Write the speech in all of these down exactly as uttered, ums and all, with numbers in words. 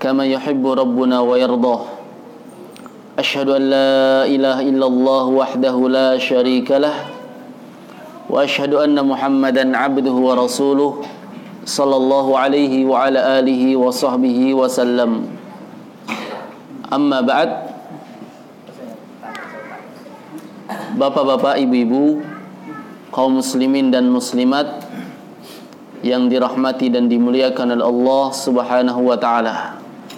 كما يحب ربنا ويرضاه أشهد أن لا إله إلا الله وحده لا شريك له وأشهد أن محمدا عبده ورسوله صلى الله عليه وعلى آله وصحبه وسلم أما بعد. Bapak-bapak, ibu-ibu, kaum muslimin dan muslimat yang dirahmati dan dimuliakan oleh Allah Subhanahu wa taala.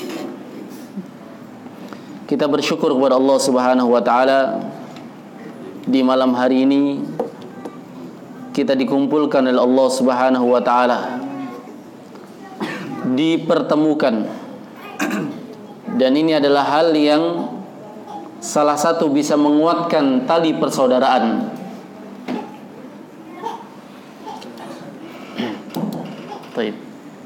Kita bersyukur kepada Allah Subhanahu wa taala di malam hari ini kita dikumpulkan oleh Allah Subhanahu wa taala, dipertemukan. Dan ini adalah hal yang salah satu bisa menguatkan tali persaudaraan. Baik.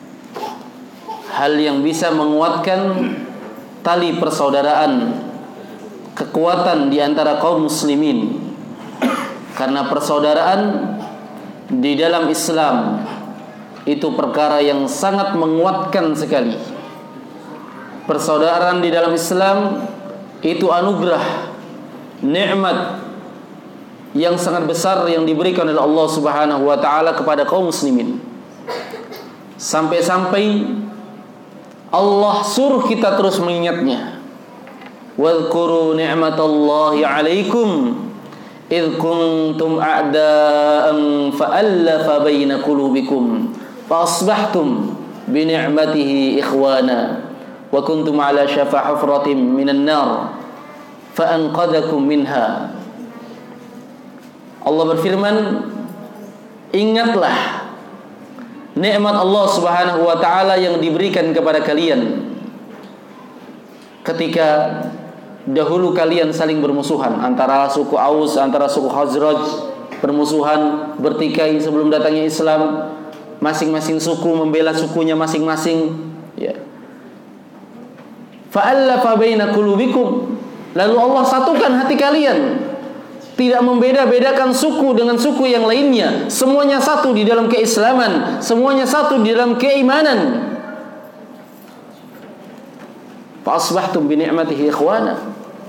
Hal yang bisa menguatkan tali persaudaraan, kekuatan di antara kaum muslimin. Karena persaudaraan di dalam Islam itu perkara yang sangat menguatkan sekali. Persaudaraan di dalam Islam itu anugerah, nikmat yang sangat besar yang diberikan oleh Allah Subhanahu wa taala kepada kaum muslimin. Sampai-sampai Allah suruh kita terus mengingatnya. Wadhkuru ni'matallahi 'alaikum idh kuntum a'da'an fa'alafa baina qulubikum fa asbahtum bi ni'matihi ikhwana wa kuntum ala syafa hufratin minan nar fa anqadhakum minha. Allah berfirman, ingatlah nikmat Allah Subhanahu wa taala yang diberikan kepada kalian ketika dahulu kalian saling bermusuhan, antara suku Aus, antara suku Khazraj bermusuhan, bertikai sebelum datangnya Islam. Masing-masing suku membela sukunya masing-masing, ya. Fa'alafa baina qulubikum, lalu Allah satukan hati kalian, tidak membeda-bedakan suku dengan suku yang lainnya. Semuanya satu di dalam keislaman, semuanya satu di dalam keimanan. Fa asbahtum bi ni'matihi ikhwana,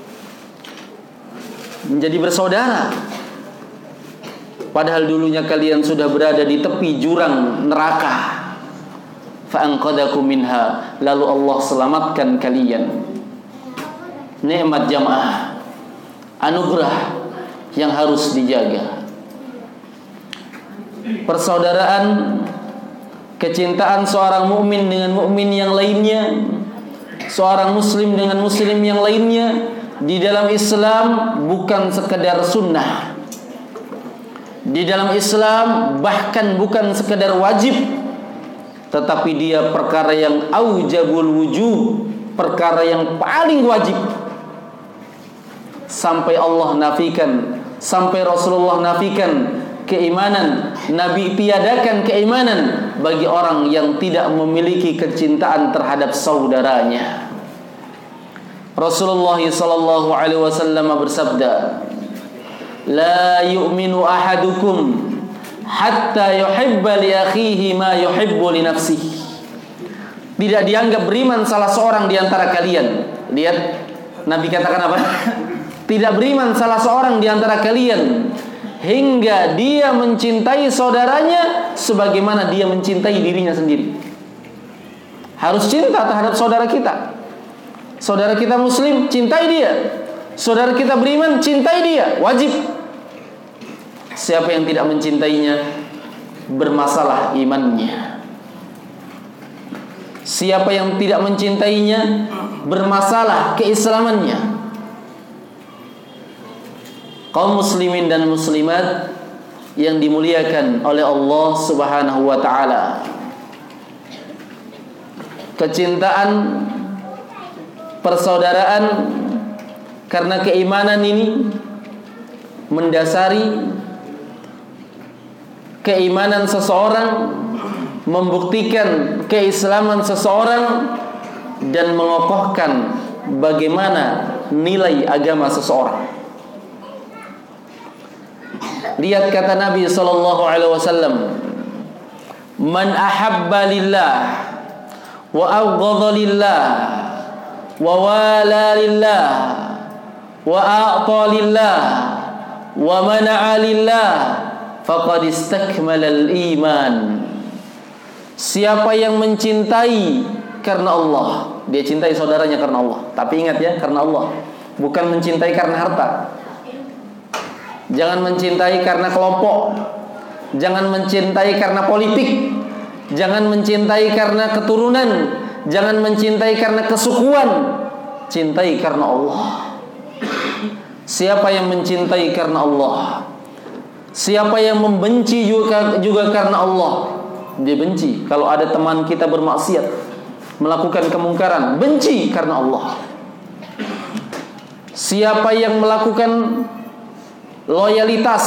menjadi bersaudara. Padahal dulunya kalian sudah berada di tepi jurang neraka. Fa'anqadakum minha, lalu Allah selamatkan kalian. Nikmat jamaah, anugerah yang harus dijaga. Persaudaraan, kecintaan seorang mukmin dengan mukmin yang lainnya, seorang muslim dengan muslim yang lainnya di dalam Islam bukan sekedar sunnah. Di dalam Islam bahkan bukan sekedar wajib, tetapi dia perkara yang aujabul wujub, perkara yang paling wajib. Sampai Allah nafikan, sampai Rasulullah nafikan keimanan, Nabi tiadakan keimanan bagi orang yang tidak memiliki kecintaan terhadap saudaranya. Rasulullah sallallahu alaihi wasallam bersabda, la yu'minu ahadukum hatta yuhibba li akhihi ma yuhibbu li nafsihi. Tidak dianggap beriman salah seorang di antara kalian. Lihat, Nabi katakan apa? Tidak beriman salah seorang di antara kalian hingga dia mencintai saudaranya sebagaimana dia mencintai dirinya sendiri. Harus cinta terhadap saudara kita. Saudara kita muslim, cintai dia. Saudara kita beriman, cintai dia. Wajib. Siapa yang tidak mencintainya, bermasalah imannya. Siapa yang tidak mencintainya, bermasalah keislamannya. Kaum muslimin dan muslimat yang dimuliakan oleh Allah Subhanahu wa taala, kecintaan, persaudaraan karena keimanan ini mendasari keimanan seseorang, membuktikan keislaman seseorang, dan mengokohkan bagaimana nilai agama seseorang. Lihat kata Nabi sallallahu alaihi wasallam, "Man ahabba lillah wa abghadha lillah wa wala lillah wa a'ta lillah wa mana'a lillah faqad istakmala al-iman. Siapa yang mencintai karena Allah, dia cintai saudaranya karena Allah. Tapi ingat ya, karena Allah, bukan mencintai karena harta. Jangan mencintai karena kelompok, jangan mencintai karena politik, jangan mencintai karena keturunan, jangan mencintai karena kesukuan. Cintai karena Allah. Siapa yang mencintai karena Allah, siapa yang membenci juga, juga karena Allah. Dia benci kalau ada teman kita bermaksiat, melakukan kemungkaran, benci karena Allah. Siapa yang melakukan loyalitas,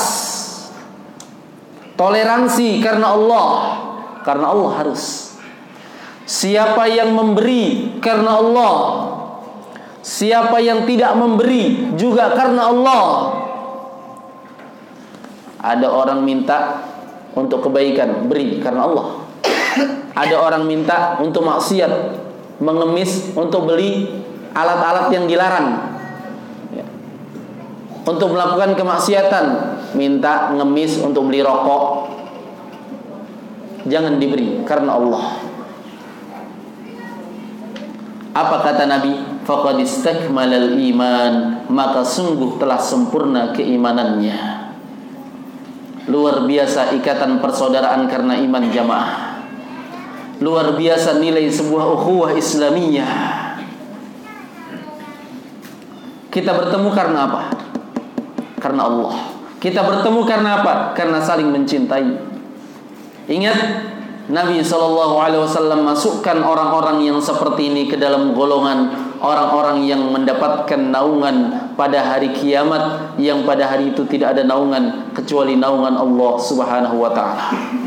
toleransi karena Allah, karena Allah harus. Siapa yang memberi karena Allah, siapa yang tidak memberi juga karena Allah. Ada orang minta untuk kebaikan, beri karena Allah. Ada orang minta untuk maksiat, mengemis untuk beli alat-alat yang dilarang. Untuk melakukan kemaksiatan, minta ngemis untuk beli rokok, jangan diberi karena Allah. Apa kata Nabi? Faqad istakmalal iman, maka sungguh telah sempurna keimanannya. Luar biasa ikatan persaudaraan karena iman jamaah. Luar biasa nilai sebuah ukhuwah Islamiyah. Kita bertemu karena apa? Karena Allah. Kita bertemu karena apa? Karena saling mencintai. Ingat, Nabi shallallahu alaihi wasallam masukkan orang-orang yang seperti ini ke dalam golongan orang-orang yang mendapatkan naungan pada hari kiamat, yang pada hari itu tidak ada naungan kecuali naungan Allah Subhanahu wa ta'ala.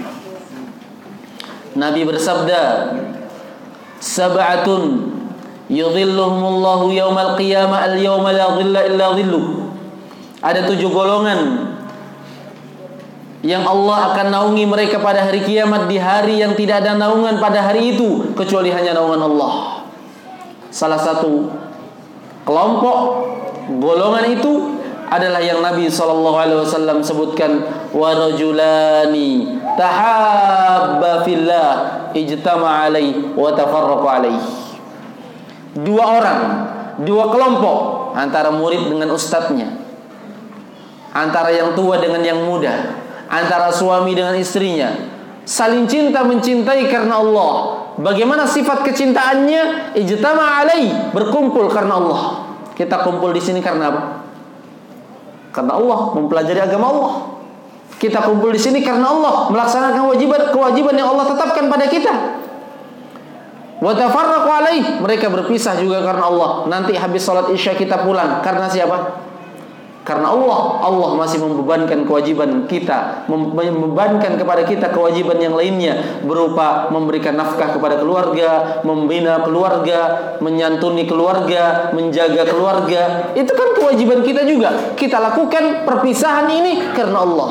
Nabi bersabda, sab'atun yudhilluhumullahu yawmal qiyamah al-yawma la dhilla illa dhilluh. Ada tujuh golongan yang Allah akan naungi mereka pada hari kiamat, di hari yang tidak ada naungan pada hari itu kecuali hanya naungan Allah. Salah satu kelompok golongan itu adalah yang Nabi shallallahu alaihi wasallam sebutkan, wa rajulani tahabba fillah ijtama alaihi wa tafarraqa alaihi. Dua orang, dua kelompok, antara murid dengan ustadznya, antara yang tua dengan yang muda, antara suami dengan istrinya, saling cinta mencintai karena Allah. Bagaimana sifat kecintaannya? Ijtama alai, berkumpul karena Allah. Kita kumpul di sini karena apa? Karena Allah, mempelajari agama Allah. Kita kumpul di sini karena Allah, melaksanakan kewajiban-kewajiban yang Allah tetapkan pada kita. Wa tafarraqu alai, mereka berpisah juga karena Allah. Nanti habis salat Isya kita pulang karena siapa? Karena Allah. Allah masih membebankan kewajiban kita, membebankan kepada kita kewajiban yang lainnya, berupa memberikan nafkah kepada keluarga, membina keluarga, menyantuni keluarga, menjaga keluarga. Itu kan kewajiban kita juga. Kita lakukan perpisahan ini karena Allah.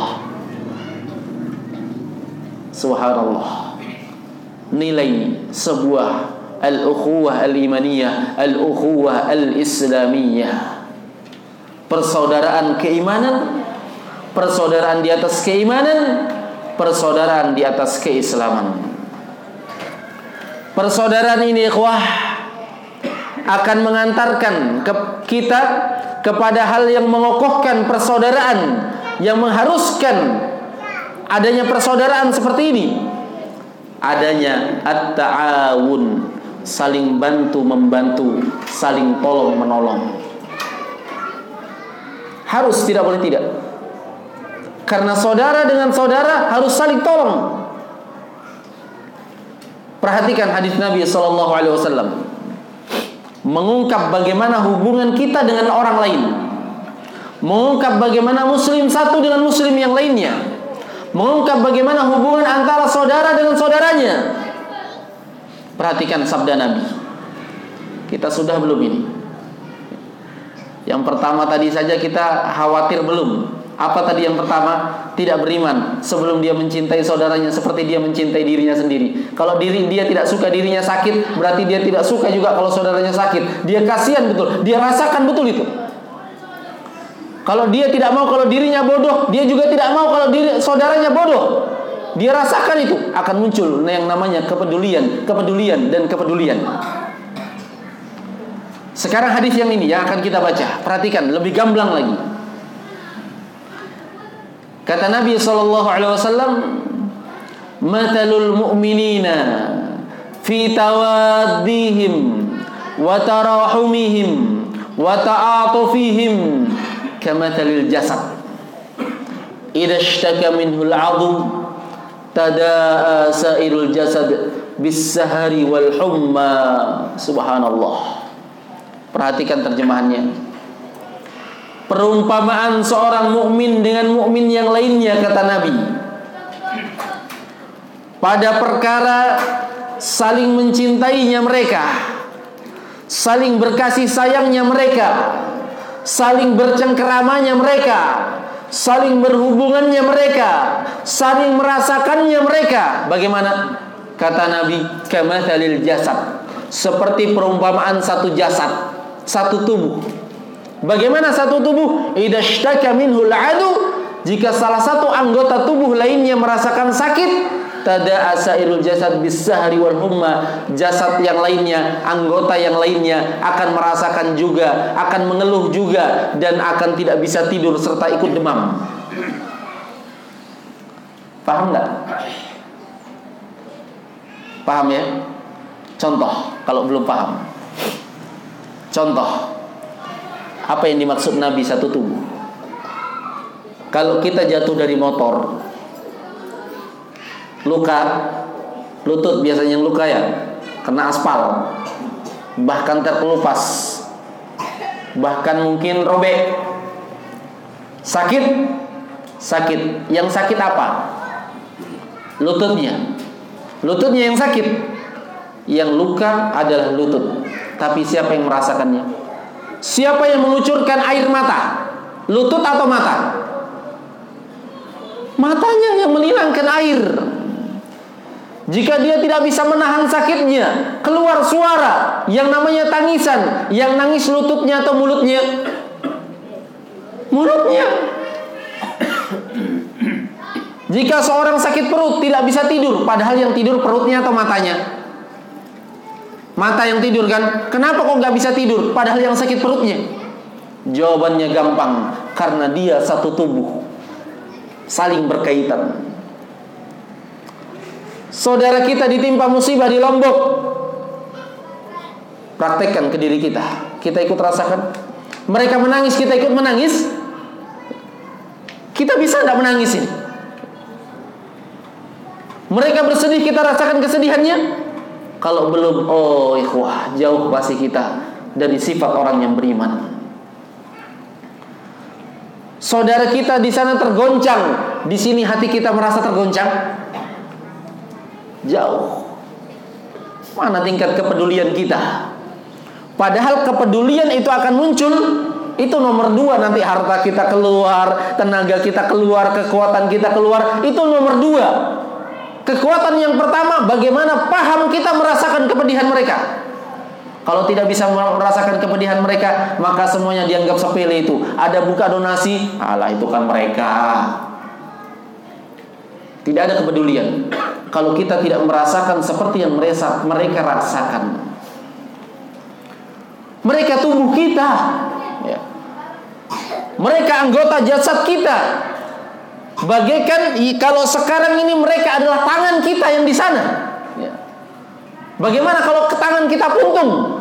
Subhanallah. Nilai sebuah al-ukhuwah al-imaniyah, al-ukhuwah al-islamiyah. Persaudaraan keimanan, persaudaraan di atas keimanan, persaudaraan di atas keislaman. Persaudaraan ini ikhwah akan mengantarkan ke kita kepada hal yang mengokohkan persaudaraan, yang mengharuskan adanya persaudaraan seperti ini. Adanya at-ta'awun, saling bantu membantu, saling tolong menolong. Harus, tidak boleh tidak. Karena saudara dengan saudara harus saling tolong. Perhatikan hadis Nabi shallallahu alaihi wasallam mengungkap bagaimana hubungan kita dengan orang lain, mengungkap bagaimana muslim satu dengan muslim yang lainnya, mengungkap bagaimana hubungan antara saudara dengan saudaranya. Perhatikan sabda Nabi. Kita sudah belum ini? Yang pertama tadi saja kita khawatir belum. Apa tadi yang pertama? Tidak beriman sebelum dia mencintai saudaranya seperti dia mencintai dirinya sendiri. Kalau diri dia tidak suka dirinya sakit, berarti dia tidak suka juga kalau saudaranya sakit. Dia kasihan betul, dia rasakan betul itu. Kalau dia tidak mau kalau dirinya bodoh, dia juga tidak mau kalau diri saudaranya bodoh. Dia rasakan itu, akan muncul yang namanya kepedulian, kepedulian dan kepedulian. Sekarang hadis yang ini yang akan kita baca, perhatikan lebih gamblang lagi. Kata Nabi sallallahu alaihi wasallam, "Matalul mu'minina fi tawaddihim wa tarahumihim wa ta'atufihim kamathalil jasad. Idza ishtaka minhu al-'adhu tada'a sa'irul jasad bis-sahari wal humma." Subhanallah. Perhatikan terjemahannya. Perumpamaan seorang mukmin dengan mukmin yang lainnya, kata Nabi, pada perkara saling mencintainya mereka, saling berkasih sayangnya mereka, saling bercengkeramanya mereka, saling berhubungannya mereka, saling merasakannya mereka. Bagaimana? Kata Nabi, kamathalil jasad, seperti perumpamaan satu jasad, satu tubuh. Bagaimana satu tubuh? Idza ishtaka minhul 'adu, jika salah satu anggota tubuh lainnya merasakan sakit, tada'a sa'irul jasad bis-sahri wal humma, jasad yang lainnya, anggota yang lainnya akan merasakan juga, akan mengeluh juga, dan akan tidak bisa tidur serta ikut demam. Paham enggak? Paham ya? Contoh kalau belum paham. Contoh, apa yang dimaksud Nabi satu tubuh? Kalau kita jatuh dari motor, luka, lutut biasanya yang luka ya, kena aspal, bahkan terkelupas, bahkan mungkin robek. Sakit, sakit. Yang sakit apa? Lututnya. Lututnya yang sakit. Yang luka adalah lutut. Tapi siapa yang merasakannya? Siapa yang mengucurkan air mata? Lutut atau mata? Matanya yang menghilangkan air. Jika dia tidak bisa menahan sakitnya, keluar suara yang namanya tangisan. Yang nangis lututnya atau mulutnya? Mulutnya. Jika seorang sakit perut, tidak bisa tidur, padahal yang tidur perutnya atau matanya? Mata yang tidur kan? Kenapa kok gak bisa tidur padahal yang sakit perutnya? Jawabannya gampang, karena dia satu tubuh, saling berkaitan. Saudara kita ditimpa musibah di Lombok, praktekkan ke diri kita. Kita ikut rasakan. Mereka menangis, kita ikut menangis. Kita bisa gak menangis ini? Mereka bersedih, kita rasakan kesedihannya. Kalau belum, oh ikhwah, jauh pasti kita dari sifat orang yang beriman. Saudara kita di sana tergoncang, di sini hati kita merasa tergoncang. Jauh. Mana tingkat kepedulian kita? Padahal kepedulian itu akan muncul, itu nomor dua. Nanti harta kita keluar, tenaga kita keluar, kekuatan kita keluar, itu nomor dua. Kekuatan yang pertama, bagaimana paham kita merasakan kepedihan mereka. Kalau tidak bisa merasakan kepedihan mereka, maka semuanya dianggap sepele itu. Ada buka donasi, alah itu kan mereka. Tidak ada kepedulian. Kalau kita tidak merasakan seperti yang mereka, mereka rasakan. Mereka tubuh kita, ya. Mereka anggota jasad kita. Bagaikan kalau sekarang ini mereka adalah tangan kita yang di sana. Ya. Bagaimana kalau ke tangan kita puntung?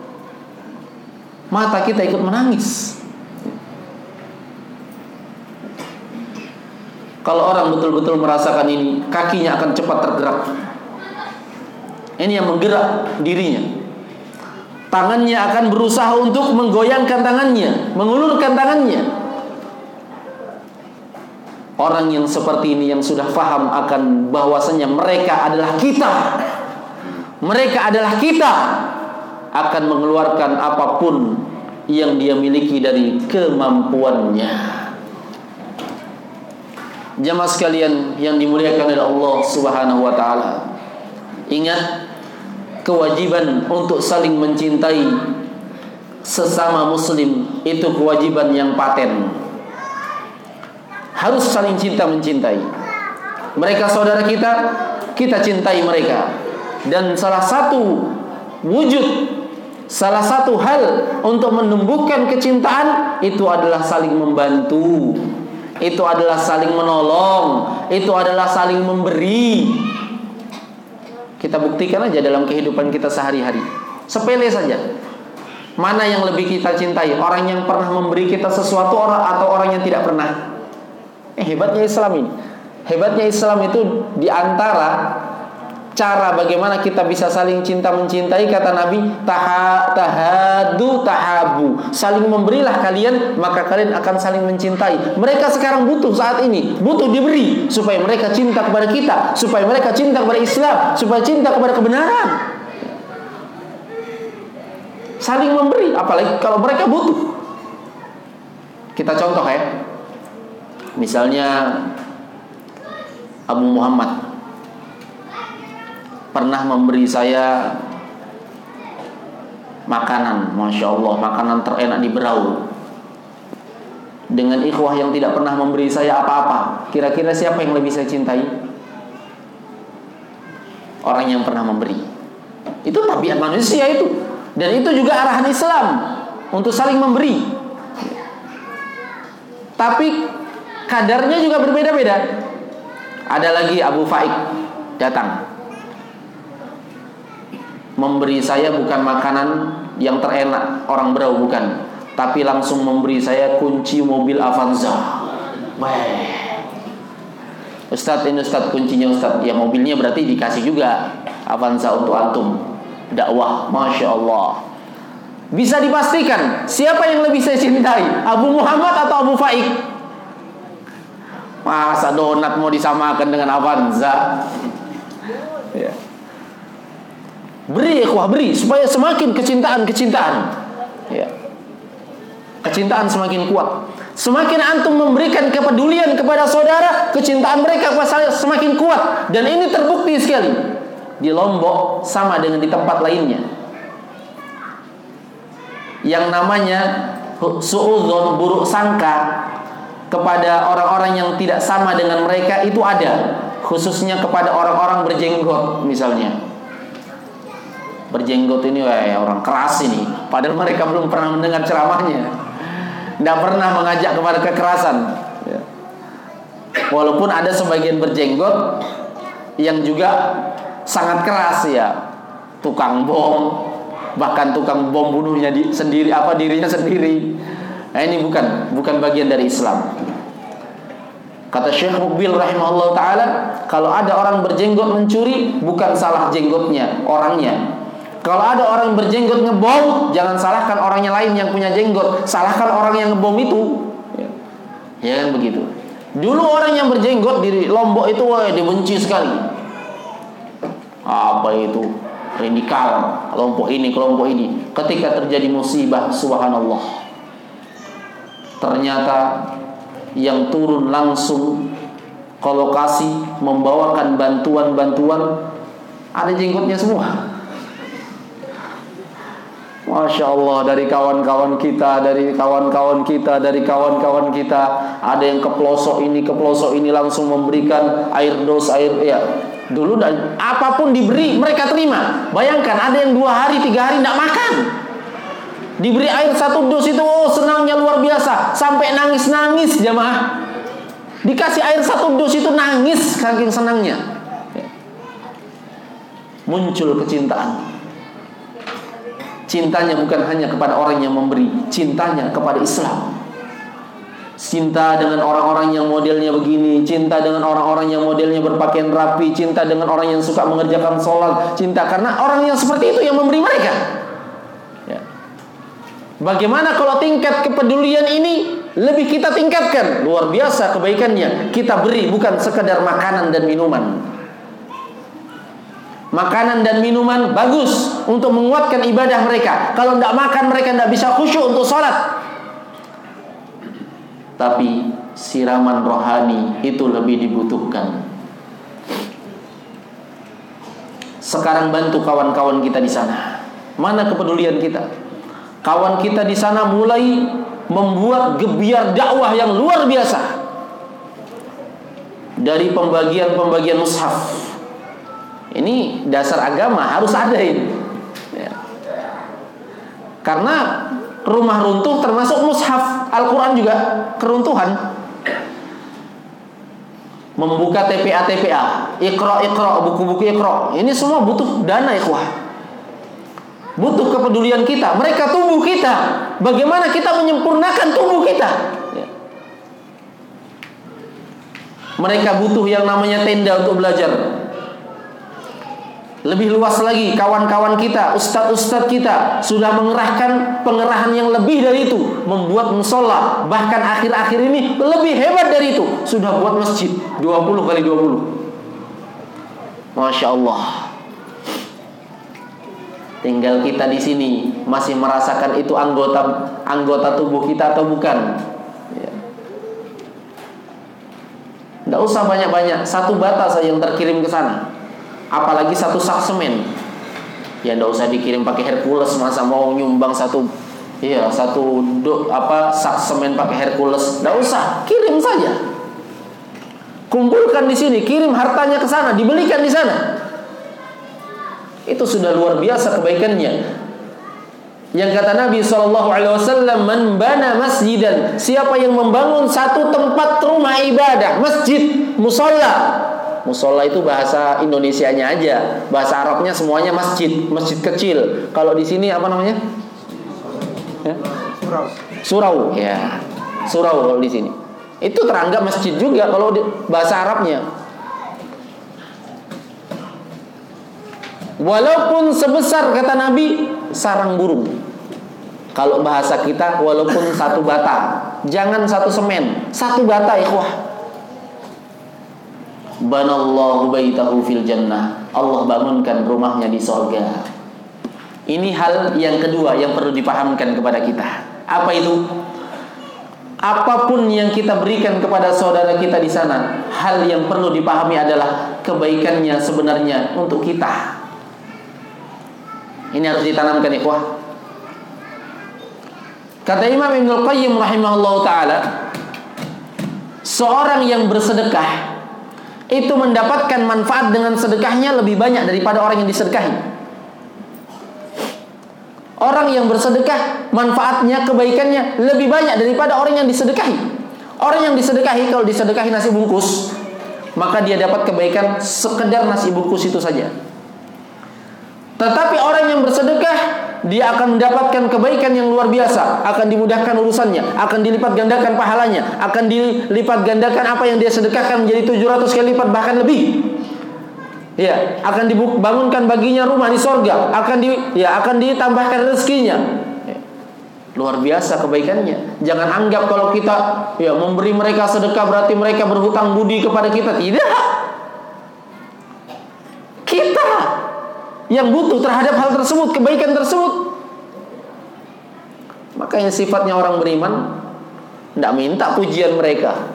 Mata kita ikut menangis. Kalau orang betul-betul merasakan ini, kakinya akan cepat tergerak. Ini yang menggerak dirinya. Tangannya akan berusaha untuk menggoyangkan tangannya, mengulurkan tangannya. Orang yang seperti ini yang sudah paham akan bahwasanya mereka adalah kita, mereka adalah kita, akan mengeluarkan apapun yang dia miliki dari kemampuannya. Jamaah sekalian yang dimuliakan oleh Allah Subhanahu wa taala, ingat kewajiban untuk saling mencintai sesama muslim itu kewajiban yang paten. Harus saling cinta mencintai. Mereka saudara kita, kita cintai mereka. Dan salah satu wujud, salah satu hal untuk menumbuhkan kecintaan itu adalah saling membantu. Itu adalah saling menolong. Itu adalah saling memberi. Kita buktikan aja dalam kehidupan kita sehari-hari. Sepele saja. Mana yang lebih kita cintai? Orang yang pernah memberi kita sesuatu atau orang yang tidak pernah? Eh, hebatnya Islam ini. Hebatnya Islam itu diantara cara bagaimana kita bisa saling cinta mencintai, kata Nabi, taha, tahadu tahabu, saling memberilah kalian maka kalian akan saling mencintai. Mereka sekarang butuh saat ini, butuh diberi supaya mereka cinta kepada kita, supaya mereka cinta kepada Islam, supaya cinta kepada kebenaran. Saling memberi, apalagi kalau mereka butuh. Kita contoh ya, misalnya Abu Muhammad pernah memberi saya makanan, Masya Allah, makanan terenak di Berau. Dengan ikhwah yang tidak pernah memberi saya apa-apa, kira-kira siapa yang lebih saya cintai? Orang yang pernah memberi. Itu tabiat manusia itu. Dan itu juga arahan Islam untuk saling memberi. Tapi kadarnya juga berbeda-beda. Ada lagi Abu Faik datang, memberi saya bukan makanan yang terenak orang Berau, bukan, tapi langsung memberi saya kunci mobil Avanza. Weh, Ustadz, ini Ustadz kuncinya Ustadz. Ya mobilnya berarti dikasih juga Avanza untuk antum dakwah. Masya Allah. Bisa dipastikan siapa yang lebih saya cintai, Abu Muhammad atau Abu Faik? Masa donat mau disamakan dengan Avanza? Ya. Beri ikhwah, beri supaya semakin kecintaan-kecintaan. Ya. Kecintaan semakin kuat. Semakin antum memberikan kepedulian kepada saudara, kecintaan mereka kepada saya semakin kuat. Dan ini terbukti sekali. Di Lombok sama dengan di tempat lainnya. Yang namanya suudzon, buruk sangka kepada orang-orang yang tidak sama dengan mereka itu ada. Khususnya kepada orang-orang berjenggot misalnya. Berjenggot ini weh, orang keras ini. Padahal mereka belum pernah mendengar ceramahnya, tidak pernah mengajak kepada kekerasan. Walaupun ada sebagian berjenggot yang juga sangat keras ya, tukang bom, bahkan tukang bom bunuhnya di, sendiri apa dirinya sendiri. Nah, ini bukan bukan bagian dari Islam. Kata Syekh Mubil rahimahullah ta'ala, kalau ada orang berjenggot mencuri, bukan salah jenggotnya, orangnya. Kalau ada orang berjenggot ngebom, jangan salahkan orangnya lain yang punya jenggot, salahkan orang yang ngebom itu. Ya, ya kan begitu. Dulu orang yang berjenggot di Lombok itu wah, dibenci sekali. Apa itu? Radikal, kelompok ini, kelompok ini. Ketika terjadi musibah, subhanallah, ternyata yang turun langsung ke lokasi membawakan bantuan-bantuan ada jenggotnya semua. Masya Allah, dari kawan-kawan kita, dari kawan-kawan kita, dari kawan-kawan kita, ada yang ke pelosok ini, ke pelosok ini langsung memberikan air dos, air ya. Dulu dan apapun diberi mereka terima. Bayangkan ada yang dua hari, tiga hari tidak makan, diberi air satu dos itu, oh senangnya luar biasa, sampai nangis-nangis jamaah. Dikasih air satu dos itu nangis saking senangnya. Muncul kecintaan. Cintanya bukan hanya kepada orang yang memberi, cintanya kepada Islam. Cinta dengan orang-orang yang modelnya begini, cinta dengan orang-orang yang modelnya berpakaian rapi, cinta dengan orang yang suka mengerjakan sholat, cinta karena orang yang seperti itu yang memberi mereka. Ya. Bagaimana kalau tingkat kepedulian ini lebih kita tingkatkan? Luar biasa kebaikannya. Kita beri bukan sekedar makanan dan minuman. Makanan dan minuman bagus untuk menguatkan ibadah mereka. Kalau tidak makan mereka tidak bisa khusyuk untuk sholat. Tapi siraman rohani itu lebih dibutuhkan. Sekarang bantu kawan-kawan kita di sana. Mana kepedulian kita? Kawan kita di sana mulai membuat gebiar dakwah yang luar biasa. Dari pembagian-pembagian mushaf. Ini dasar agama harus ada ini. Ya. Karena rumah runtuh termasuk mushaf. Al-Quran juga keruntuhan. Membuka T P A T P A, Iqra Iqra, buku-buku Iqra. Ini semua butuh dana, ikhwah. Butuh kepedulian kita. Mereka tubuh kita. Bagaimana kita menyempurnakan tubuh kita? Ya. Mereka butuh yang namanya tenda untuk belajar. Lebih luas lagi, kawan-kawan kita, ustadz-ustadz kita sudah mengerahkan pengerahan yang lebih dari itu, membuat musola. Bahkan akhir-akhir ini lebih hebat dari itu, sudah buat masjid dua puluh kali dua puluh. Masya Allah. Tinggal kita di sini masih merasakan itu anggota anggota tubuh kita atau bukan? Ya. Nggak usah banyak-banyak, satu bata saja yang terkirim ke sana. Apalagi satu sak semen. Ya ndak usah dikirim pakai Hercules, masa mau nyumbang satu iya satu do, apa sak semen pakai Hercules. Ndak usah, kirim saja. Kumpulkan di sini, kirim hartanya ke sana, dibelikan di sana. Itu sudah luar biasa kebaikannya. Yang kata Nabi shallallahu alaihi wasallam, "Man bana masjidan." Siapa yang membangun satu tempat rumah ibadah, masjid, musalla. Musola itu bahasa Indonesianya aja, bahasa Arabnya semuanya masjid, masjid kecil. Kalau di sini apa namanya? Ya? Surau. Surau, ya. Surau kalau di sini. Itu teranggap masjid juga kalau di bahasa Arabnya. Walaupun sebesar kata Nabi sarang burung. Kalau bahasa kita walaupun satu bata, jangan satu semen, satu bata, ikhwah. Banallahu baitahu fil jannah. Allah bangunkan rumahnya di sorga. Ini hal yang kedua yang perlu dipahamkan kepada kita. Apa itu? Apapun yang kita berikan kepada saudara kita di sana, hal yang perlu dipahami adalah kebaikannya sebenarnya untuk kita. Ini harus ditanamkan, ikhwah. Kata Imam Ibnul Qayyim rahimahullahu ta'ala, seorang yang bersedekah itu mendapatkan manfaat dengan sedekahnya lebih banyak daripada orang yang disedekahi. Orang yang bersedekah, manfaatnya, kebaikannya lebih banyak daripada orang yang disedekahi. Orang yang disedekahi, kalau disedekahi nasi bungkus, maka dia dapat kebaikan sekedar nasi bungkus itu saja. Tetapi orang yang bersedekah, dia akan mendapatkan kebaikan yang luar biasa, akan dimudahkan urusannya, akan dilipat gandakan pahalanya, akan dilipat gandakan apa yang dia sedekahkan menjadi tujuh ratus kali lipat, bahkan lebih. Ya, akan dibangunkan baginya rumah di sorga, akan di, ya akan ditambahkan rezekinya. Ya, luar biasa kebaikannya. Jangan anggap kalau kita ya memberi mereka sedekah berarti mereka berhutang budi kepada kita. Tidak. Kita yang butuh terhadap hal tersebut, kebaikan tersebut. Makanya sifatnya orang beriman tidak minta pujian mereka.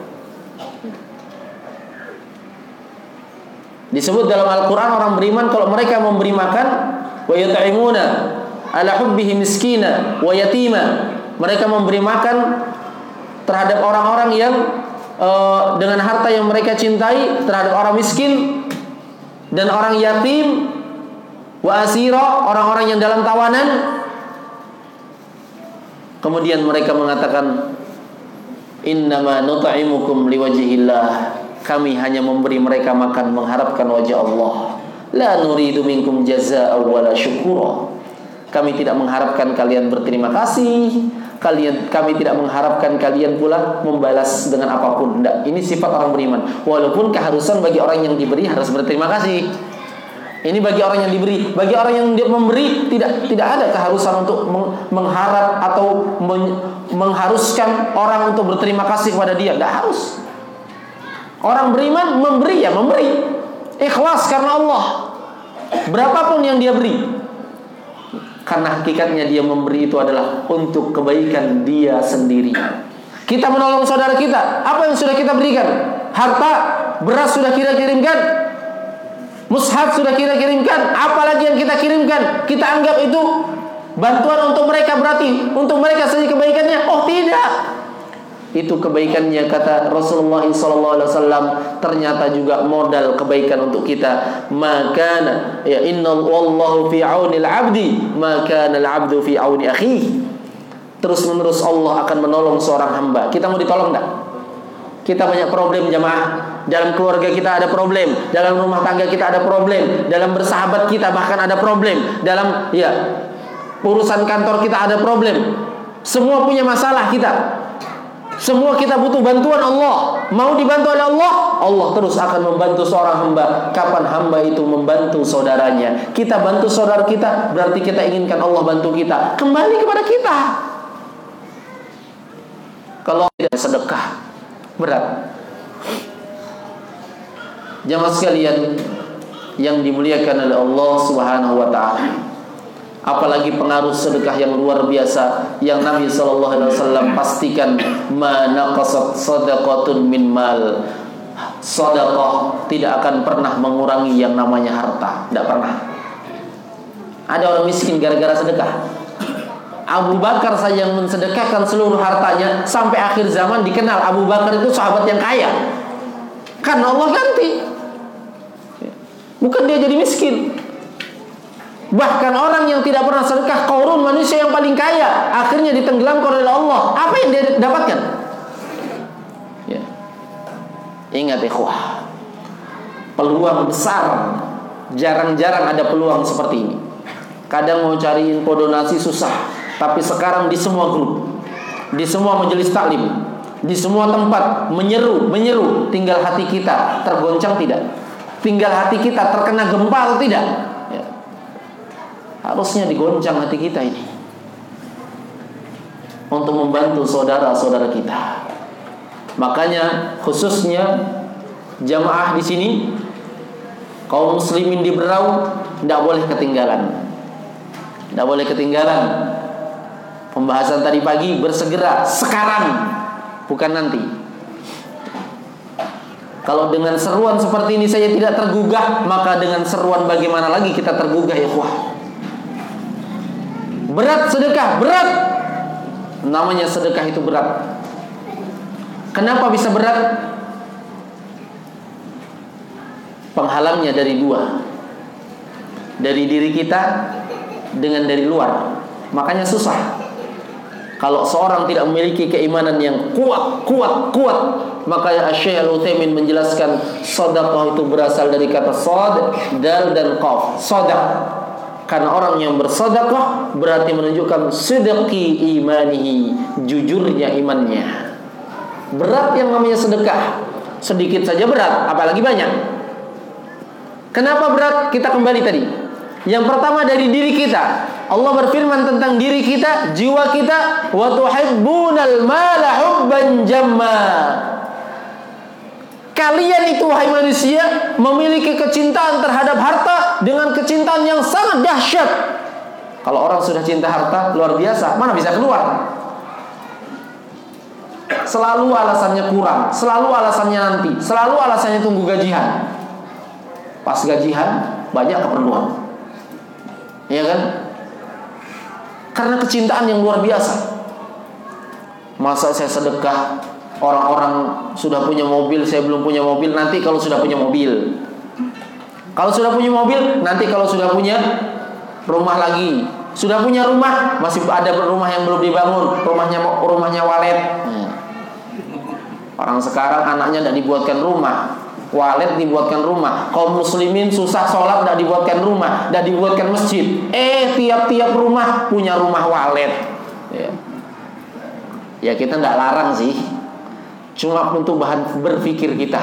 Disebut dalam Al-Quran orang beriman kalau mereka memberi makan, wa yut'imuna ala hubbihi miskina wa yatima. Mereka memberi makan terhadap orang-orang yang uh, dengan harta yang mereka cintai, terhadap orang miskin dan orang yatim, wa asira, orang-orang yang dalam tawanan. Kemudian mereka mengatakan, innama nut'imukum liwajhillah. Kami hanya memberi mereka makan mengharapkan wajah Allah. La nuridu minkum jazaa'a wala syukura. Kami tidak mengharapkan kalian berterima kasih. Kalian kami tidak mengharapkan kalian pula membalas dengan apapun. Tidak. Ini sifat orang beriman. Walaupun keharusan bagi orang yang diberi harus berterima kasih. Ini bagi orang yang diberi. Bagi orang yang dia memberi tidak tidak ada keharusan untuk mengharap atau mengharuskan orang untuk berterima kasih kepada dia. Tidak harus. Orang beriman memberi ya memberi, ikhlas karena Allah. Berapapun yang dia beri, karena hakikatnya dia memberi itu adalah untuk kebaikan dia sendiri. Kita menolong saudara kita. Apa yang sudah kita berikan? Harta, beras sudah kita kirimkan, mushaf sudah kita kirimkan. Apalagi yang kita kirimkan, kita anggap itu bantuan untuk mereka, berarti untuk mereka saja kebaikannya. Oh tidak, itu kebaikannya, kata Rasulullah shallallahu alaihi wasallam, ternyata juga modal kebaikan untuk kita. Maka ya inna wallahu fi auni al-abdi maka al-abdu fi auni akhihi. Terus menerus Allah akan menolong seorang hamba. Kita mau ditolong enggak? Kita banyak problem jamaah. Dalam keluarga kita ada problem, dalam rumah tangga kita ada problem, dalam bersahabat kita bahkan ada problem, dalam ya urusan kantor kita ada problem. Semua punya masalah kita. Semua kita butuh bantuan Allah. Mau dibantu oleh Allah, Allah terus akan membantu seorang hamba. Kapan hamba itu membantu saudaranya? Kita bantu saudara kita, berarti kita inginkan Allah bantu kita. Kembali kepada kita. Kalau tidak sedekah, berat. Jamaah sekalian yang dimuliakan oleh Allah Subhanahu wa taala, apalagi pengaruh sedekah yang luar biasa yang Nabi sallallahu alaihi wasallam pastikan, ma naqasat shadaqatun min mal. Sedekah tidak akan pernah mengurangi yang namanya harta, tidak pernah. Ada orang miskin gara-gara sedekah. Abu Bakar saja yang mensedekahkan seluruh hartanya, sampai akhir zaman dikenal Abu Bakar itu sahabat yang kaya. Karena Allah ganti. Bukan dia jadi miskin. Bahkan orang yang tidak pernah sedekah, Qarun, manusia yang paling kaya, akhirnya ditenggelamkan oleh Allah. Apa yang dia dapatkan? Ya. Ingat ikhwah, peluang besar. Jarang-jarang ada peluang seperti ini. Kadang mau cari info donasi susah, tapi sekarang di semua grup, di semua majelis taklim, di semua tempat menyeru, menyeru. Tinggal hati kita tergoncang tidak? Tinggal hati kita terkena gempa atau tidak? Ya. Harusnya digoncang hati kita ini untuk membantu saudara-saudara kita. Makanya khususnya jamaah di sini, kaum muslimin di Berau, tidak boleh ketinggalan. Tidak boleh ketinggalan pembahasan tadi pagi. Bersegera sekarang, bukan nanti. Kalau dengan seruan seperti ini saya tidak tergugah, maka dengan seruan bagaimana lagi kita tergugah ya ikhwah. Berat sedekah, berat. Namanya sedekah itu berat. Kenapa bisa berat? Penghalangnya dari dua, dari diri kita dengan dari luar. Makanya susah. Kalau seorang tidak memiliki keimanan yang kuat, kuat, kuat, maka Syekh Al-Utsaimin menjelaskan sedekah itu berasal dari kata shad, dal dan qaf. Shadaq. Karena orang yang bersedekah berarti menunjukkan sidqi imanihi, jujurnya imannya. Berat yang namanya sedekah. Sedikit saja berat, apalagi banyak. Kenapa berat? Kita kembali tadi. Yang pertama dari diri kita. Allah berfirman tentang diri kita, jiwa kita, wa tuhibbunal mala hubban jamma. Kalian itu wahai manusia memiliki kecintaan terhadap harta dengan kecintaan yang sangat dahsyat. Kalau orang sudah cinta harta luar biasa, mana bisa keluar? Selalu alasannya kurang, selalu alasannya nanti, selalu alasannya tunggu gajian. Pas gajian banyak keperluan, iya kan? Karena kecintaan yang luar biasa. Masa saya sedekah, orang-orang sudah punya mobil, saya belum punya mobil. Nanti kalau sudah punya mobil, kalau sudah punya mobil, nanti kalau sudah punya rumah lagi, sudah punya rumah, masih ada rumah yang belum dibangun, rumahnya rumahnya walet. Orang sekarang anaknya tidak dibuatkan rumah, walet dibuatkan rumah. Kaum muslimin susah sholat, tidak dibuatkan rumah, tidak dibuatkan masjid. Eh tiap-tiap rumah punya rumah walet. Ya, ya kita tidak larang sih, cuma untuk bahan berpikir kita.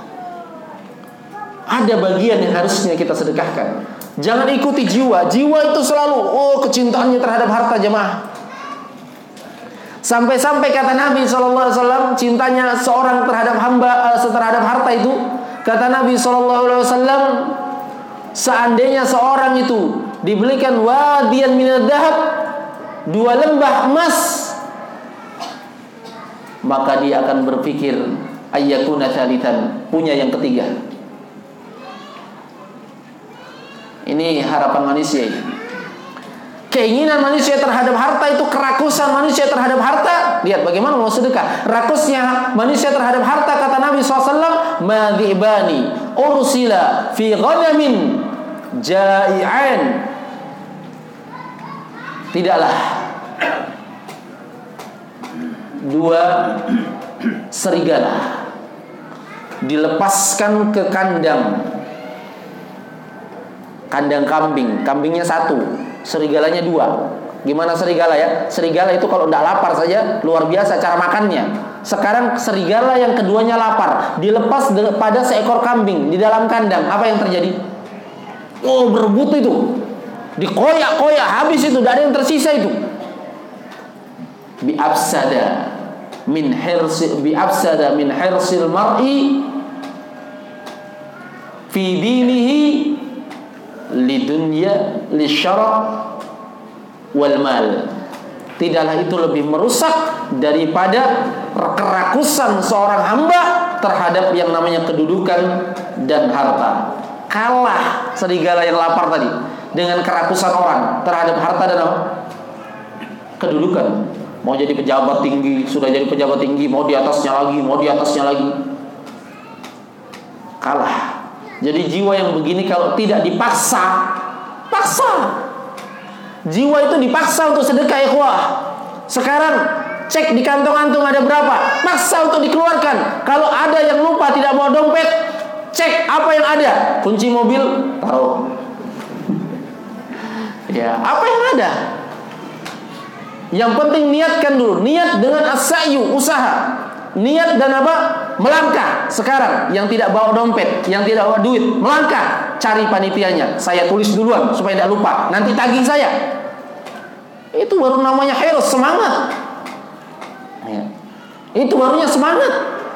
Ada bagian yang harusnya kita sedekahkan. Jangan ikuti jiwa. Jiwa itu selalu oh kecintaannya terhadap harta jemaah. Sampai-sampai kata Nabi shallallahu alaihi wasallam, cintanya seorang terhadap hamba, terhadap harta itu, kata Nabi shallallahu alaihi wasallam, seandainya seorang itu dibelikan wadiyan minad dahab, dua lembah emas, maka dia akan berpikir ayyakuna tsalitsan, punya yang ketiga. Ini harapan manusia. Keinginan manusia terhadap harta itu, kerakusan manusia terhadap harta. Lihat bagaimana mau sedekah. Rakusnya manusia terhadap harta, kata Nabi shallallahu alaihi wasallam, madhibani ursila fi ghanamin jai'an. Tidaklah dua serigala dilepaskan ke kandang kandang kambing. Kambingnya satu, serigalanya dua. Gimana serigala ya? Serigala itu kalau tidak lapar saja luar biasa cara makannya. Sekarang serigala yang keduanya lapar, dilepas pada seekor kambing di dalam kandang. Apa yang terjadi? Oh, berebut itu, dikoyak-koyak, habis itu, tidak ada yang tersisa itu. Bi afsada min hirsi bi afsada min hirsil mar'i fi dinihi lidunya lisyara wal mal. Tidaklah itu lebih merusak daripada kerakusan seorang hamba terhadap yang namanya kedudukan dan harta. Kalah serigala yang lapar tadi dengan kerakusan orang terhadap harta dan apa? Kedudukan. Mau jadi pejabat tinggi, sudah jadi pejabat tinggi, mau di atasnya lagi, mau di atasnya lagi, kalah. Jadi jiwa yang begini kalau tidak dipaksa, paksa. Jiwa itu dipaksa untuk sedekah, ikhwah. Sekarang cek di kantong antum ada berapa, paksa untuk dikeluarkan. Kalau ada yang lupa tidak bawa dompet, cek apa yang ada. Kunci mobil taruh. Ya, apa yang ada? Yang penting niatkan dulu. Niat dengan as-sa'yu, usaha. Niat dan apa? Melangkah. Sekarang yang tidak bawa dompet, yang tidak bawa duit, melangkah, cari panitianya. Saya tulis duluan supaya tidak lupa, nanti tagih saya. Itu baru namanya hirs, semangat ya. Itu barunya semangat.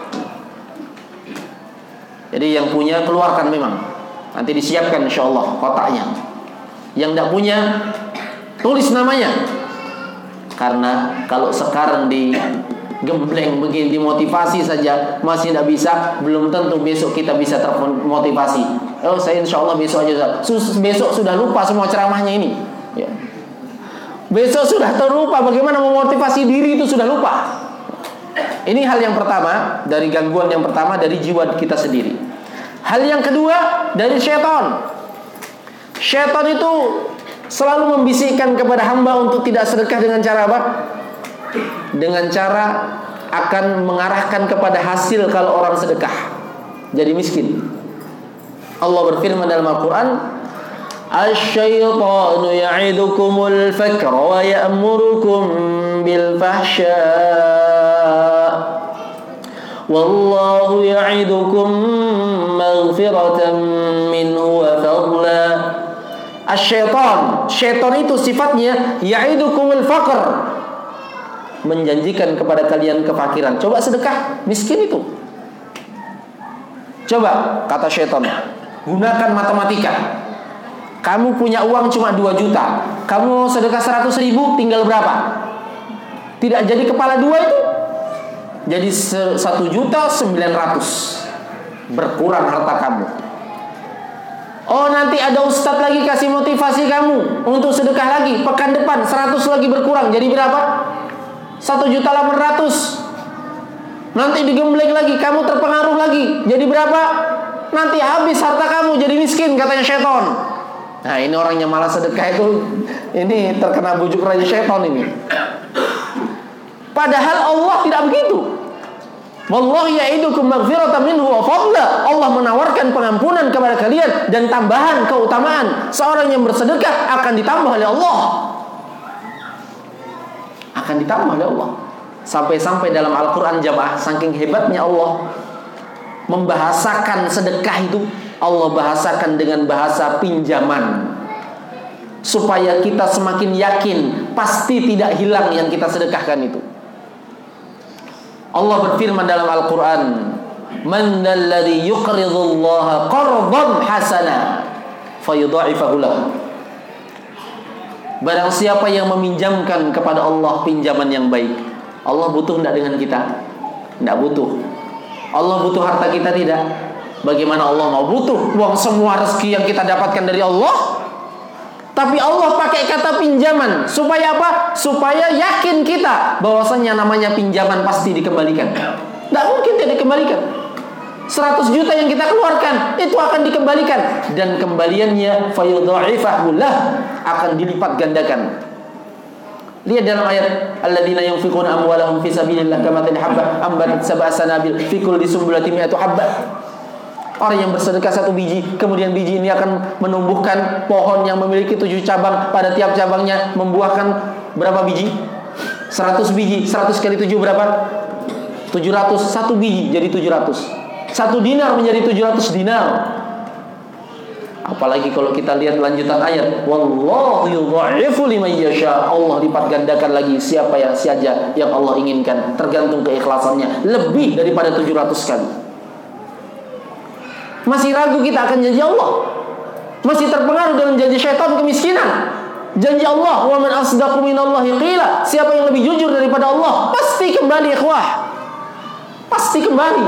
Jadi yang punya keluarkan memang, nanti disiapkan insyaallah kotaknya. Yang tidak punya tulis namanya. Karena kalau sekarang di gembleng begini, dimotivasi saja masih tidak bisa, belum tentu besok kita bisa termotivasi. Oh, saya insya Allah besok aja. Besok sudah lupa semua ceramahnya ini ya. Besok sudah terlupa bagaimana memotivasi diri, itu sudah lupa. Ini hal yang pertama, dari gangguan yang pertama dari jiwa kita sendiri. Hal yang kedua dari syaitan. Syaitan itu selalu membisikkan kepada hamba untuk tidak sedekah dengan cara apa? Dengan cara akan mengarahkan kepada hasil kalau orang sedekah jadi miskin. Allah berfirman dalam Al-Quran, asy-syaitanu ya'idukumul fakra wa ya'murukum bil fahsya wallahu ya'idukum maghfiratan minhu wa fadla. Asy-syaitan, syaitan itu sifatnya ya'idukumul faqr, menjanjikan kepada kalian kefakiran. Coba sedekah, miskin itu. Coba, kata syaitan, gunakan matematika. Kamu punya uang cuma dua juta, kamu sedekah seratus ribu, tinggal berapa? Tidak jadi kepala dua itu, jadi satu juta sembilan ratus. Berkurang harta kamu. Oh, nanti ada ustadz lagi kasih motivasi kamu untuk sedekah lagi. Pekan depan seratus lagi berkurang, jadi berapa? Satu juta delapan ratus. Nanti digembleng lagi, kamu terpengaruh lagi, jadi berapa? Nanti habis harta kamu, jadi miskin, katanya syaitan. Nah, ini orang yang malas sedekah itu, ini terkena bujuk raja syaitan ini. Padahal Allah tidak begitu. Wallahu ya'idukum maghfiratan minhu wa fadla. Allah menawarkan pengampunan kepada kalian dan tambahan keutamaan. Seorang yang bersedekah akan ditambah oleh Allah. Akan ditambah oleh Allah. Sampai-sampai dalam Al-Quran jamaah, saking hebatnya Allah membahasakan sedekah itu, Allah bahasakan dengan bahasa pinjaman, supaya kita semakin yakin pasti tidak hilang yang kita sedekahkan itu. Allah berfirman dalam Al-Quran, man dalladhi yuqridullaha qardan hasana fayudha'ifahu lahu. Barang siapa yang meminjamkan kepada Allah pinjaman yang baik, Allah butuh tidak dengan kita? Tidak butuh. Allah butuh harta kita? Tidak. Bagaimana Allah mau butuh? Uang semua rezeki yang kita dapatkan dari Allah. Tapi Allah pakai kata pinjaman. Supaya apa? Supaya yakin kita bahwasanya namanya pinjaman pasti dikembalikan. Tidak mungkin tidak dikembalikan. seratus juta yang kita keluarkan itu akan dikembalikan. Dan kembaliannya fayudha'ifahullah, akan dilipat gandakan. Lihat dalam ayat alladzina yunfiquna amwalahum fi sabilillah kamathali habbah ambatat sab'a sanabil fi kulli sunbulatin mi'atu habbah. Orang yang bersedekah satu biji, kemudian biji ini akan menumbuhkan pohon yang memiliki tujuh cabang, pada tiap cabangnya membuahkan berapa biji? seratus biji. Seratus kali tujuh berapa? tujuh ratus. Satu biji jadi tujuh ratus. Satu dinar menjadi tujuh ratus dinar. Apalagi kalau kita lihat lanjutan ayat, wallahu yudha'ifu liman yasha. Allah lipat gandakan lagi siapa yang saja yang Allah inginkan, tergantung keikhlasannya, lebih daripada tujuh ratus kali. Masih ragu kita akan janji Allah? Masih terpengaruh dengan janji syaitan kemiskinan? Janji Allah, wa man asdaqu minallahi qila. Siapa yang lebih jujur daripada Allah? Pasti kembali, ikhwah. Pasti kembali.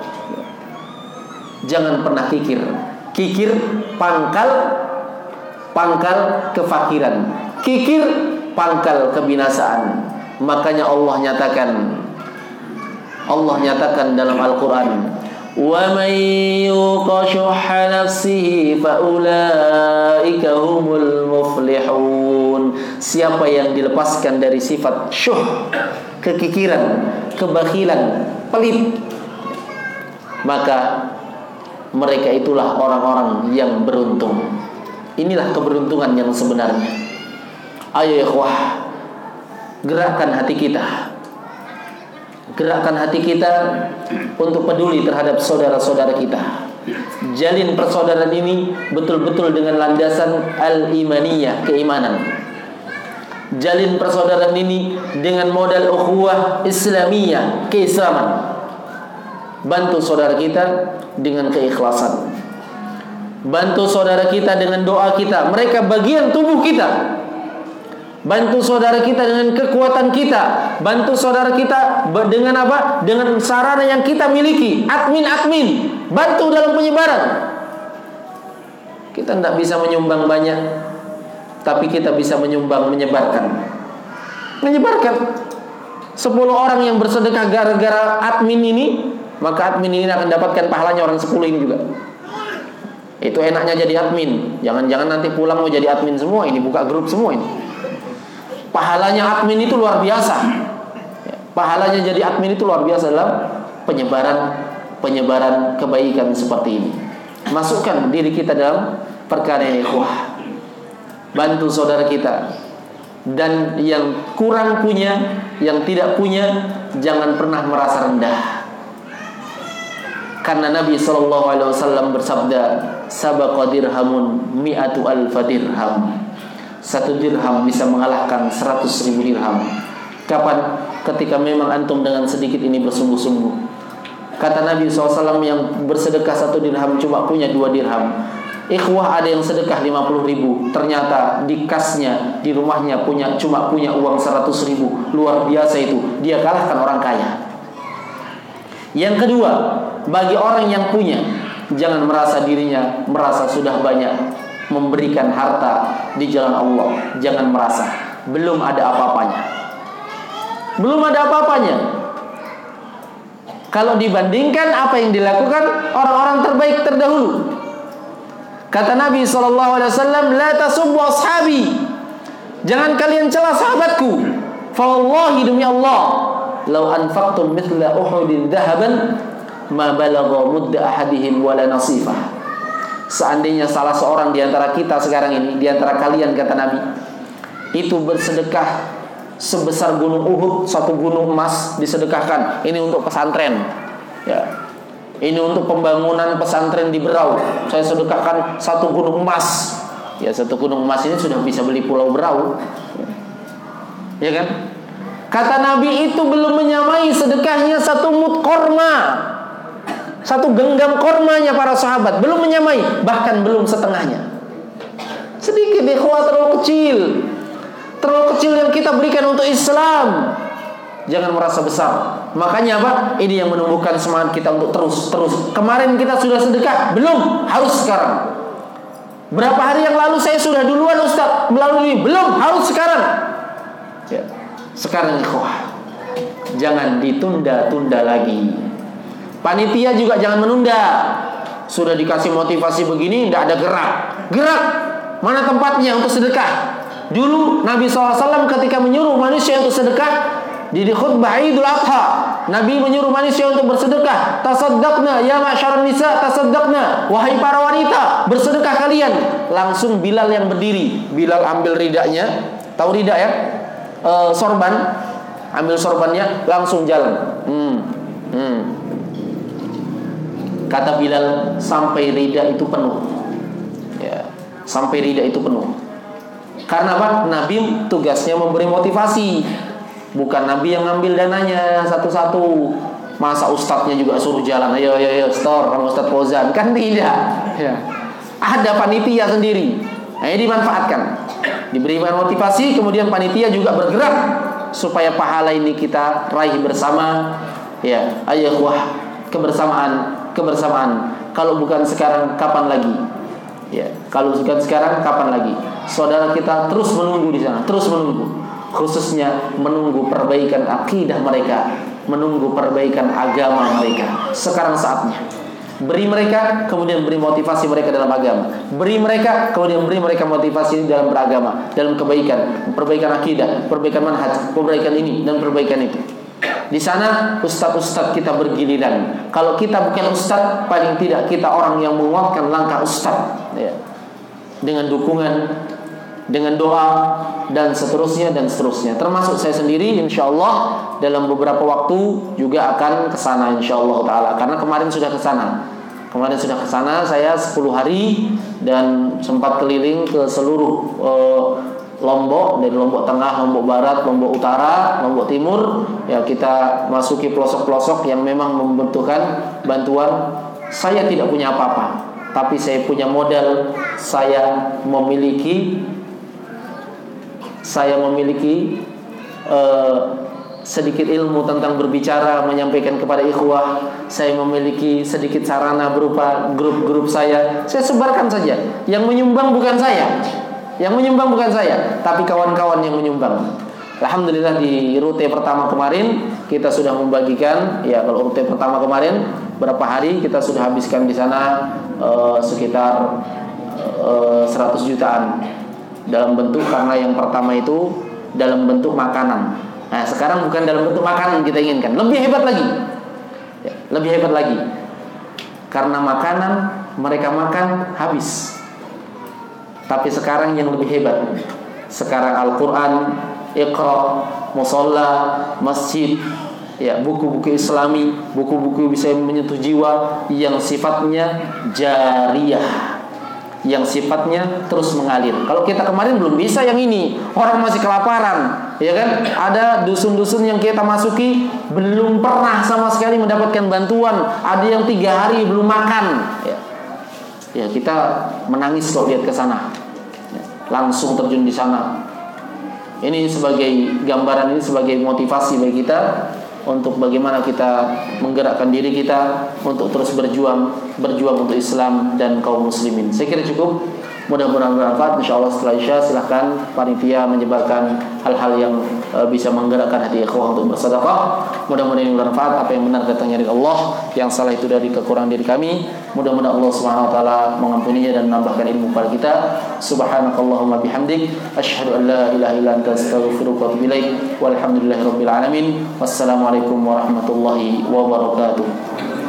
Jangan pernah kikir. Kikir pangkal pangkal kefakiran. Kikir pangkal kebinasaan. Makanya Allah nyatakan Allah nyatakan dalam Al-Qur'an, "Wa may yuqa shuhha nafsihi fa ulaika humul muflihun." Siapa yang dilepaskan dari sifat syuh, kekikiran, kebakhilan, pelit, maka mereka itulah orang-orang yang beruntung. Inilah keberuntungan yang sebenarnya. Ayo ikhwah, gerakkan hati kita. Gerakkan hati kita untuk peduli terhadap saudara-saudara kita. Jalin persaudaraan ini betul-betul dengan landasan al-imaniyah, keimanan. Jalin persaudaraan ini dengan modal ukhuwah islamiyah, keislaman. Bantu saudara kita dengan keikhlasan. Bantu saudara kita dengan doa kita. Mereka bagian tubuh kita. Bantu saudara kita dengan kekuatan kita. Bantu saudara kita dengan apa? Dengan sarana yang kita miliki. Admin-admin, bantu dalam penyebaran. Kita tidak bisa menyumbang banyak, tapi kita bisa menyumbang menyebarkan. Menyebarkan. Sepuluh orang yang bersedekah gara-gara admin ini, maka admin ini akan dapatkan pahalanya orang sepuluh ini juga. Itu enaknya jadi admin. Jangan-jangan nanti pulang mau jadi admin semua ini, buka grup semua ini. Pahalanya admin itu luar biasa. Pahalanya jadi admin itu luar biasa dalam penyebaran penyebaran kebaikan seperti ini. Masukkan diri kita dalam perkara ini, ikhwah. Bantu saudara kita. Dan yang kurang punya, yang tidak punya, jangan pernah merasa rendah. Karena Nabi shallallahu alaihi wasallam bersabda, sabaqa dirhamun mi'atu alfa dirham. Satu dirham bisa mengalahkan seratus ribu dirham. Kapan? Ketika memang antum dengan sedikit ini bersungguh-sungguh. Kata Nabi shallallahu alaihi wasallam, yang bersedekah satu dirham cuma punya dua dirham. Ikhwah, ada yang sedekah lima puluh ribu, ternyata di kasnya, di rumahnya punya cuma punya uang seratus ribu. Luar biasa itu. Dia kalahkan orang kaya. Yang kedua, bagi orang yang punya, jangan merasa dirinya merasa sudah banyak memberikan harta di jalan Allah. Jangan merasa belum ada apa-apanya. Belum ada apa-apanya. Kalau dibandingkan apa yang dilakukan orang-orang terbaik terdahulu. Kata Nabi shallallahu alaihi wasallam, la tasubbu ashabi. Jangan kalian cela sahabatku. Fa wallahi, demi Allah, law anfaqtum mithla uhudin dhahaban ma balagha mudda ahadihim wala nasifah. Seandainya salah seorang di antara kita sekarang ini, di antara kalian, kata Nabi, itu bersedekah sebesar gunung Uhud, satu gunung emas disedekahkan. Ini untuk pesantren, ya. Ini untuk pembangunan pesantren di Berau. Saya sedekahkan satu gunung emas. Ya, satu gunung emas ini sudah bisa beli pulau Berau. Ya kan? Kata Nabi, itu belum menyamai sedekahnya satu mud korma, satu genggam kormanya para sahabat. Belum menyamai, bahkan belum setengahnya. Sedikit, ikhwah, terlalu kecil. Terlalu kecil yang kita berikan untuk Islam. Jangan merasa besar. Makanya apa? Ini yang menumbuhkan semangat kita untuk terus terus. Kemarin kita sudah sedekah, belum, harus sekarang. Berapa hari yang lalu saya sudah duluan Ustaz melalui, belum, harus sekarang. Ya. Sekarang ikhwah, jangan ditunda-tunda lagi. Panitia juga jangan menunda. Sudah dikasih motivasi begini, tidak ada gerak. Gerak, mana tempatnya untuk sedekah? Dulu Nabi shallallahu alaihi wasallam ketika menyuruh manusia untuk sedekah di khutbah Idul Adha, Nabi menyuruh manusia untuk bersedekah. Tasaddaqna ya ma'syaran nisa, tasaddaqna, wahai para wanita, bersedekah kalian. Langsung Bilal yang berdiri. Bilal ambil ridanya, tahu rida ya? E, sorban, ambil sorbannya, langsung jalan. Hmm. Hmm. Kata Bilal, sampai rida itu penuh. Ya, sampai rida itu penuh. Karena apa? Nabi tugasnya memberi motivasi. Bukan Nabi yang ngambil dananya satu-satu. Masa ustadznya juga suruh jalan, ayo ayo ayo store sama Ustadz Fauzan, kan tidak ya. Ada panitia sendiri. Nah, ini dimanfaatkan, diberikan motivasi, kemudian panitia juga bergerak supaya pahala ini kita raih bersama. Ya, ayo wah, kebersamaan, kebersamaan. Kalau bukan sekarang, kapan lagi? Ya, kalau bukan sekarang, kapan lagi? Saudara kita terus menunggu di sana, terus menunggu. Khususnya menunggu perbaikan akidah mereka, menunggu perbaikan agama mereka. Sekarang saatnya. Beri mereka, kemudian beri motivasi mereka dalam agama. Beri mereka, kemudian beri mereka motivasi dalam beragama, dalam kebaikan, perbaikan akidah, perbaikan manhaj, perbaikan ini dan perbaikan itu. Di sana ustaz-ustaz kita bergiliran. Kalau kita bukan ustaz, paling tidak kita orang yang menguatkan langkah ustaz, ya. Dengan dukungan, dengan doa dan seterusnya dan seterusnya. Termasuk saya sendiri, insyaallah dalam beberapa waktu juga akan kesana insyaallah taala. Karena kemarin sudah kesana. Kemarin sudah kesana saya sepuluh hari dan sempat keliling ke seluruh uh, Lombok, dari Lombok Tengah, Lombok Barat, Lombok Utara, Lombok Timur. Ya, kita masuki pelosok-pelosok yang memang membutuhkan bantuan. Saya tidak punya apa-apa, tapi saya punya modal. Saya memiliki Saya memiliki uh, sedikit ilmu tentang berbicara, menyampaikan kepada ikhwah. Saya memiliki sedikit sarana berupa grup-grup saya. Saya sebarkan saja. Yang menyumbang bukan saya, Yang menyumbang bukan saya, tapi kawan-kawan yang menyumbang. Alhamdulillah di rute pertama kemarin kita sudah membagikan. Ya, kalau rute pertama kemarin berapa hari kita sudah habiskan di sana uh, sekitar uh, seratus jutaan. Dalam bentuk, karena yang pertama itu dalam bentuk makanan. Nah, sekarang bukan dalam bentuk makanan kita inginkan. Lebih hebat lagi, ya, lebih hebat lagi. Karena makanan mereka makan habis. Tapi sekarang yang lebih hebat, sekarang Al-Quran, Iqra, Musalla, Masjid, ya, buku-buku Islami, buku-buku bisa menyentuh jiwa yang sifatnya jariyah, yang sifatnya terus mengalir. Kalau kita kemarin belum bisa yang ini, orang masih kelaparan, ya kan? Ada dusun-dusun yang kita masuki belum pernah sama sekali mendapatkan bantuan. Ada yang tiga hari belum makan. Ya, ya kita menangis kalau lihat ke sana. Ya, langsung terjun di sana. Ini sebagai gambaran, ini sebagai motivasi bagi kita untuk bagaimana kita menggerakkan diri kita untuk terus berjuang berjuang untuk Islam dan kaum muslimin. Saya kira cukup. Mudah-mudahan bermanfaat. Insyaallah setelah Isya silahkan panitia menyebarkan hal-hal yang uh, bisa menggerakkan hati ikhwah untuk bersedekah. Mudah-mudahan ini bermanfaat. Apa yang benar datangnya dari Allah, yang salah itu dari kekurangan diri kami. Mudah-mudahan Allah Subhanahu wa taala mengampuninya dan menambahkan ilmu kepada kita. Subhanakallahumma bihamdik, asyhadu an la ilaha illa anta, astaghfiruka wa atubu ilaik. Walhamdulillahirabbil alamin. Wassalamualaikum warahmatullahi wabarakatuh.